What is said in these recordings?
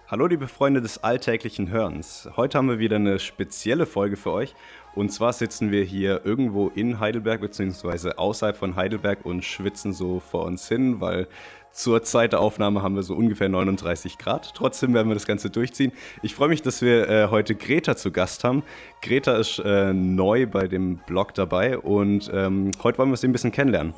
Hallo liebe Freunde des alltäglichen Hörens. Heute haben wir wieder eine spezielle Folge für euch. Und zwar sitzen wir hier irgendwo in Heidelberg bzw. außerhalb von Heidelberg und schwitzen so vor uns hin, weil zur Zeit der Aufnahme haben wir so ungefähr 39 Grad. Trotzdem werden wir das Ganze durchziehen. Ich freue mich, dass wir heute Greta zu Gast haben. Greta ist neu bei dem Blog dabei und heute wollen wir sie ein bisschen kennenlernen.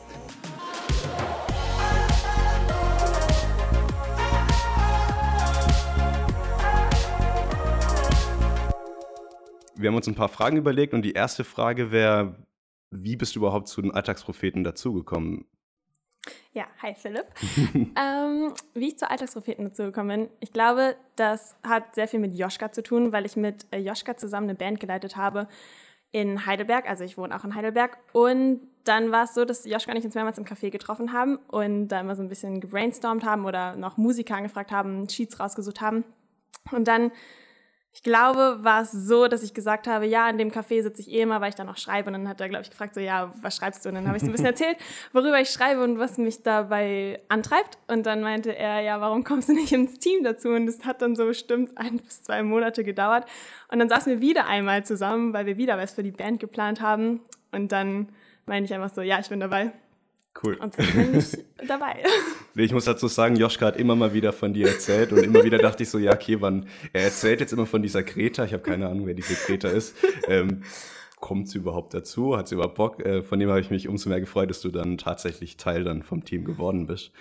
Wir haben uns ein paar Fragen überlegt und die erste Frage wäre, wie bist du überhaupt zu den Alltagspropheten dazugekommen? Ja, hi Philipp. Wie ich zu Alltagspropheten dazugekommen bin, ich glaube, das hat sehr viel mit Joschka zu tun, weil ich mit Joschka zusammen eine Band geleitet habe in Heidelberg, also ich wohne auch in Heidelberg, und dann war es so, dass Joschka und ich uns mehrmals im Café getroffen haben und da immer so ein bisschen gebrainstormt haben oder noch Musiker angefragt haben, Sheets rausgesucht haben und dann ich glaube, war es so, dass ich gesagt habe, ja, in dem Café sitze ich immer, weil ich da noch schreibe. Und dann hat er, glaube ich, gefragt, so, ja, was schreibst du? Und dann habe ich so ein bisschen erzählt, worüber ich schreibe und was mich dabei antreibt. Und dann meinte er, ja, warum kommst du nicht ins Team dazu? Und das hat dann so bestimmt 1 bis 2 Monate gedauert. Und dann saßen wir wieder einmal zusammen, weil wir wieder was für die Band geplant haben. Und dann meinte ich einfach so, ja, ich bin dabei. Cool. Und dann bin ich dabei. Ich muss dazu sagen, Joschka hat immer mal wieder von dir erzählt und immer wieder dachte ich so, ja, okay, er erzählt jetzt immer von dieser Greta, ich habe keine Ahnung, wer diese Greta ist. Kommt sie überhaupt dazu? Hat sie überhaupt Bock? Von dem habe ich mich umso mehr gefreut, dass du dann tatsächlich Teil dann vom Team geworden bist.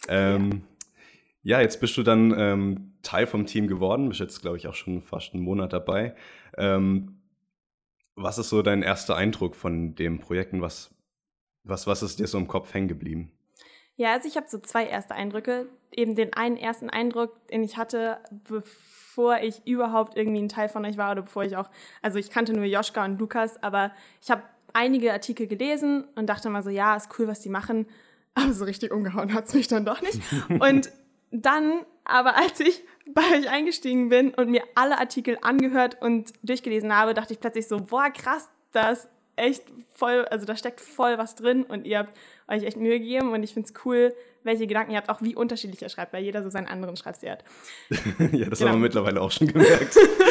Ja, jetzt bist du dann Teil vom Team geworden, bist jetzt, glaube ich, auch schon fast einen Monat dabei. Was ist so dein erster Eindruck von dem Projekt und was ist dir so im Kopf hängen geblieben? Ja, also ich habe so 2 erste Eindrücke. Eben den einen ersten Eindruck, den ich hatte, bevor ich überhaupt irgendwie ein Teil von euch war oder bevor ich auch, also ich kannte nur Joschka und Lukas, aber ich habe einige Artikel gelesen und dachte mal so, ja, ist cool, was die machen, aber so richtig umgehauen hat es mich dann doch nicht. Und dann, aber als ich bei euch eingestiegen bin und mir alle Artikel angehört und durchgelesen habe, dachte ich plötzlich so, boah, krass, das echt voll, also da steckt voll was drin und ihr habt euch echt Mühe gegeben und ich finde es cool, welche Gedanken ihr habt, auch wie unterschiedlich ihr schreibt, weil jeder so seinen anderen Schreibstil hat. Ja, das haben wir mittlerweile auch schon gemerkt.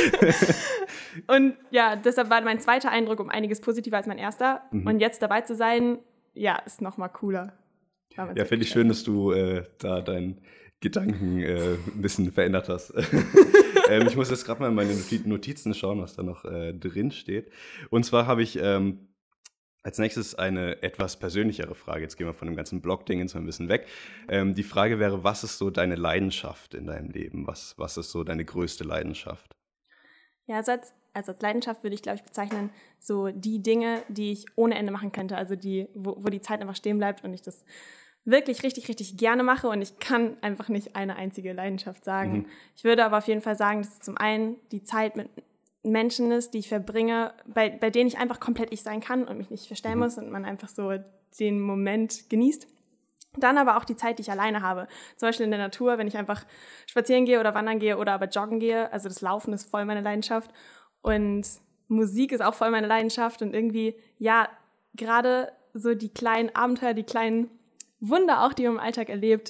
Und ja, deshalb war mein zweiter Eindruck um einiges positiver als mein erster. Und jetzt dabei zu sein, ja, ist nochmal cooler. Ja, finde ich schön, dass du da deinen Gedanken ein bisschen verändert hast. Ich muss jetzt gerade mal in meine Notizen schauen, was da noch drin steht. Und zwar habe ich als nächstes eine etwas persönlichere Frage. Jetzt gehen wir von dem ganzen Blog-Ding jetzt mal ein bisschen weg. Die Frage wäre, was ist so deine Leidenschaft in deinem Leben? Was ist so deine größte Leidenschaft? Ja, also als Leidenschaft würde ich, glaube ich, bezeichnen, so die Dinge, die ich ohne Ende machen könnte. Also wo die Zeit einfach stehen bleibt und ich das wirklich richtig, richtig gerne mache und ich kann einfach nicht eine einzige Leidenschaft sagen. Ich würde aber auf jeden Fall sagen, dass es zum einen die Zeit mit Menschen ist, die ich verbringe, bei denen ich einfach komplett ich sein kann und mich nicht verstellen muss und man einfach so den Moment genießt. Dann aber auch die Zeit, die ich alleine habe. Zum Beispiel in der Natur, wenn ich einfach spazieren gehe oder wandern gehe oder aber joggen gehe. Also das Laufen ist voll meine Leidenschaft und Musik ist auch voll meine Leidenschaft und irgendwie, ja, gerade so die kleinen Abenteuer, die kleinen Wunder auch, die man im Alltag erlebt.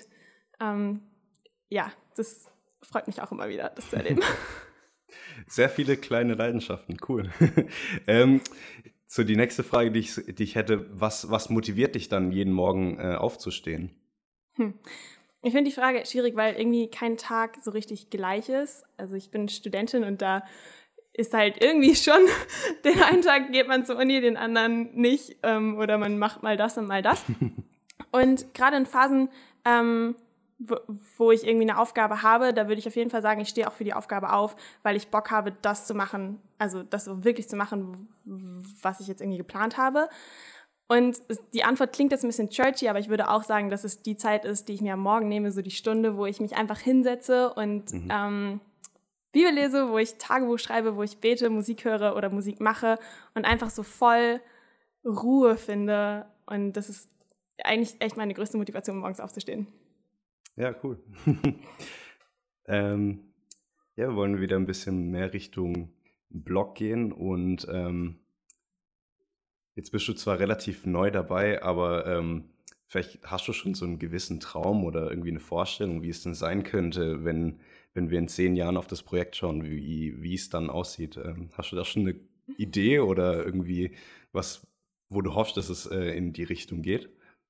Ja, das freut mich auch immer wieder, das zu erleben. Sehr viele kleine Leidenschaften, cool. So die nächste Frage, die ich hätte, was motiviert dich dann, jeden Morgen aufzustehen? Ich finde die Frage schwierig, weil irgendwie kein Tag so richtig gleich ist. Also ich bin Studentin und da ist halt irgendwie schon, den einen Tag geht man zur Uni, den anderen nicht. Oder man macht mal das und mal das. Und gerade in Phasen, wo ich irgendwie eine Aufgabe habe, da würde ich auf jeden Fall sagen, ich stehe auch für die Aufgabe auf, weil ich Bock habe, das zu machen, also das so wirklich zu machen, was ich jetzt irgendwie geplant habe. Und die Antwort klingt jetzt ein bisschen churchy, aber ich würde auch sagen, dass es die Zeit ist, die ich mir am Morgen nehme, so die Stunde, wo ich mich einfach hinsetze und Bibel lese, wo ich Tagebuch schreibe, wo ich bete, Musik höre oder Musik mache und einfach so voll Ruhe finde. Und das ist eigentlich echt meine größte Motivation, morgens aufzustehen. Ja, cool. Ja, wir wollen wieder ein bisschen mehr Richtung Blog gehen und jetzt bist du zwar relativ neu dabei, aber vielleicht hast du schon so einen gewissen Traum oder irgendwie eine Vorstellung, wie es denn sein könnte, wenn wenn wir in 10 Jahren auf das Projekt schauen, wie es dann aussieht? Hast du da schon eine Idee oder irgendwie was, wo du hoffst, dass es in die Richtung geht?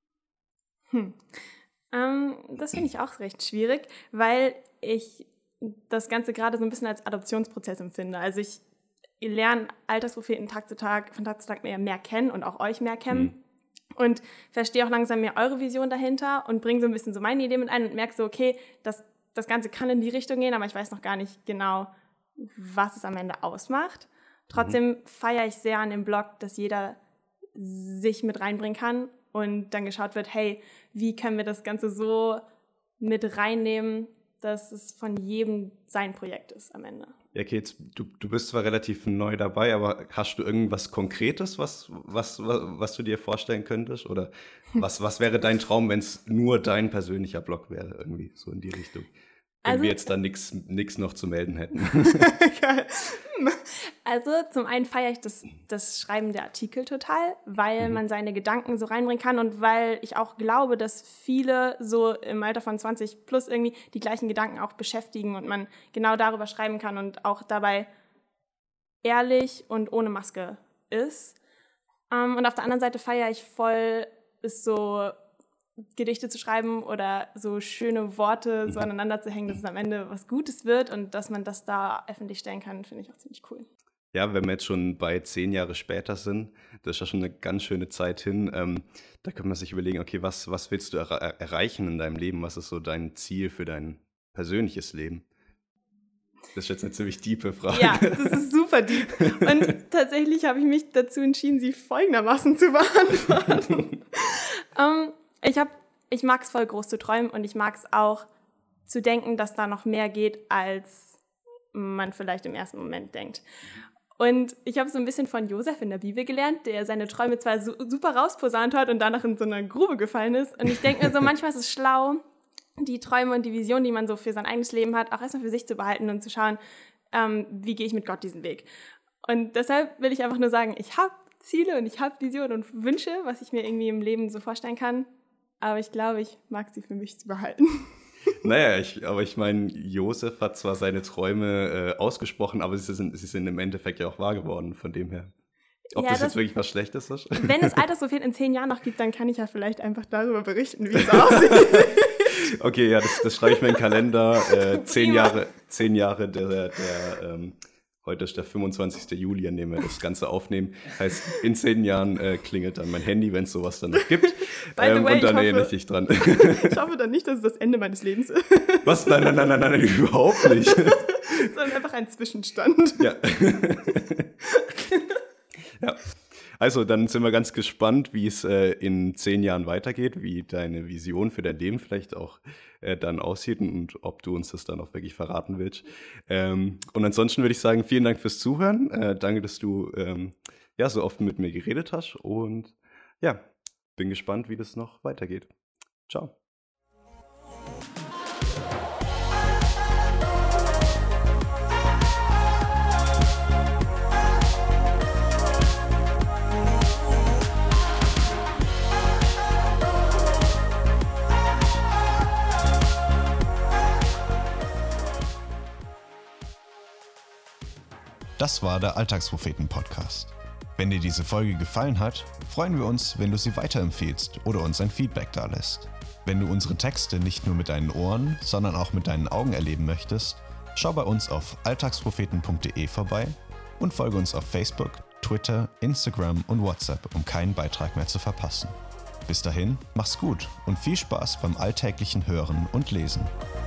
Das finde ich auch recht schwierig, weil ich das Ganze gerade so ein bisschen als Adoptionsprozess empfinde. Also ich lerne Alltagspropheten von Tag zu Tag mehr kennen und auch euch mehr kennen und verstehe auch langsam mehr eure Vision dahinter und bringe so ein bisschen so meine Idee mit ein und merke so, okay, das Ganze kann in die Richtung gehen, aber ich weiß noch gar nicht genau, was es am Ende ausmacht. Trotzdem feiere ich sehr an dem Blog, dass jeder sich mit reinbringen kann und dann geschaut wird, hey, wie können wir das Ganze so mit reinnehmen, dass es von jedem sein Projekt ist am Ende. Ja, okay, jetzt, du bist zwar relativ neu dabei, aber hast du irgendwas Konkretes, was du dir vorstellen könntest? Oder was wäre dein Traum, wenn es nur dein persönlicher Blog wäre, irgendwie so in die Richtung? Wenn wir jetzt da nichts noch zu melden hätten. Also zum einen feiere ich das Schreiben der Artikel total, weil man seine Gedanken so reinbringen kann und weil ich auch glaube, dass viele so im Alter von 20 plus irgendwie die gleichen Gedanken auch beschäftigen und man genau darüber schreiben kann und auch dabei ehrlich und ohne Maske ist. Und auf der anderen Seite feiere ich voll, ist so Gedichte zu schreiben oder so schöne Worte so aneinander zu hängen, dass es am Ende was Gutes wird und dass man das da öffentlich stellen kann, finde ich auch ziemlich cool. Ja, wenn wir jetzt schon bei 10 Jahre später sind, das ist ja schon eine ganz schöne Zeit hin, da kann man sich überlegen, okay, was willst du erreichen in deinem Leben? Was ist so dein Ziel für dein persönliches Leben? Das ist jetzt eine ziemlich tiefe Frage. Ja, das ist super deep. Und tatsächlich habe ich mich dazu entschieden, sie folgendermaßen zu beantworten. Ich mag es voll groß zu träumen und ich mag es auch zu denken, dass da noch mehr geht, als man vielleicht im ersten Moment denkt. Und ich habe so ein bisschen von Josef in der Bibel gelernt, der seine Träume zwar super rausposaunt hat und danach in so eine Grube gefallen ist. Und ich denke mir so, manchmal ist es schlau, die Träume und die Vision, die man so für sein eigenes Leben hat, auch erstmal für sich zu behalten und zu schauen, wie gehe ich mit Gott diesen Weg. Und deshalb will ich einfach nur sagen, ich habe Ziele und ich habe Visionen und Wünsche, was ich mir irgendwie im Leben so vorstellen kann. Aber ich glaube, ich mag sie für mich zu behalten. Naja, aber ich meine, Josef hat zwar seine Träume ausgesprochen, aber sie sind im Endeffekt ja auch wahr geworden, von dem her. Ob das jetzt wirklich was Schlechtes ist? Wenn es Altersprophet in 10 Jahren noch gibt, dann kann ich ja vielleicht einfach darüber berichten, wie es aussieht. Okay, ja, das schreibe ich mir in den Kalender. 10 Jahre heute ist der 25. Juli, an dem wir das Ganze aufnehmen. Heißt, in 10 Jahren klingelt dann mein Handy, wenn es sowas dann noch gibt. By the way, und dann erinnere ich dich dran. Ich hoffe dann nicht, dass es das Ende meines Lebens ist. Was? Nein, überhaupt nicht. Sondern einfach ein Zwischenstand. Ja. Ja. Also, dann sind wir ganz gespannt, wie es in 10 Jahren weitergeht, wie deine Vision für dein Leben vielleicht auch dann aussieht und ob du uns das dann auch wirklich verraten willst. Und ansonsten würde ich sagen, vielen Dank fürs Zuhören. Danke, dass du so oft mit mir geredet hast und ja, bin gespannt, wie das noch weitergeht. Ciao. Das war der Alltagspropheten-Podcast. Wenn dir diese Folge gefallen hat, freuen wir uns, wenn du sie weiterempfehlst oder uns ein Feedback dalässt. Wenn du unsere Texte nicht nur mit deinen Ohren, sondern auch mit deinen Augen erleben möchtest, schau bei uns auf alltagspropheten.de vorbei und folge uns auf Facebook, Twitter, Instagram und WhatsApp, um keinen Beitrag mehr zu verpassen. Bis dahin, mach's gut und viel Spaß beim alltäglichen Hören und Lesen.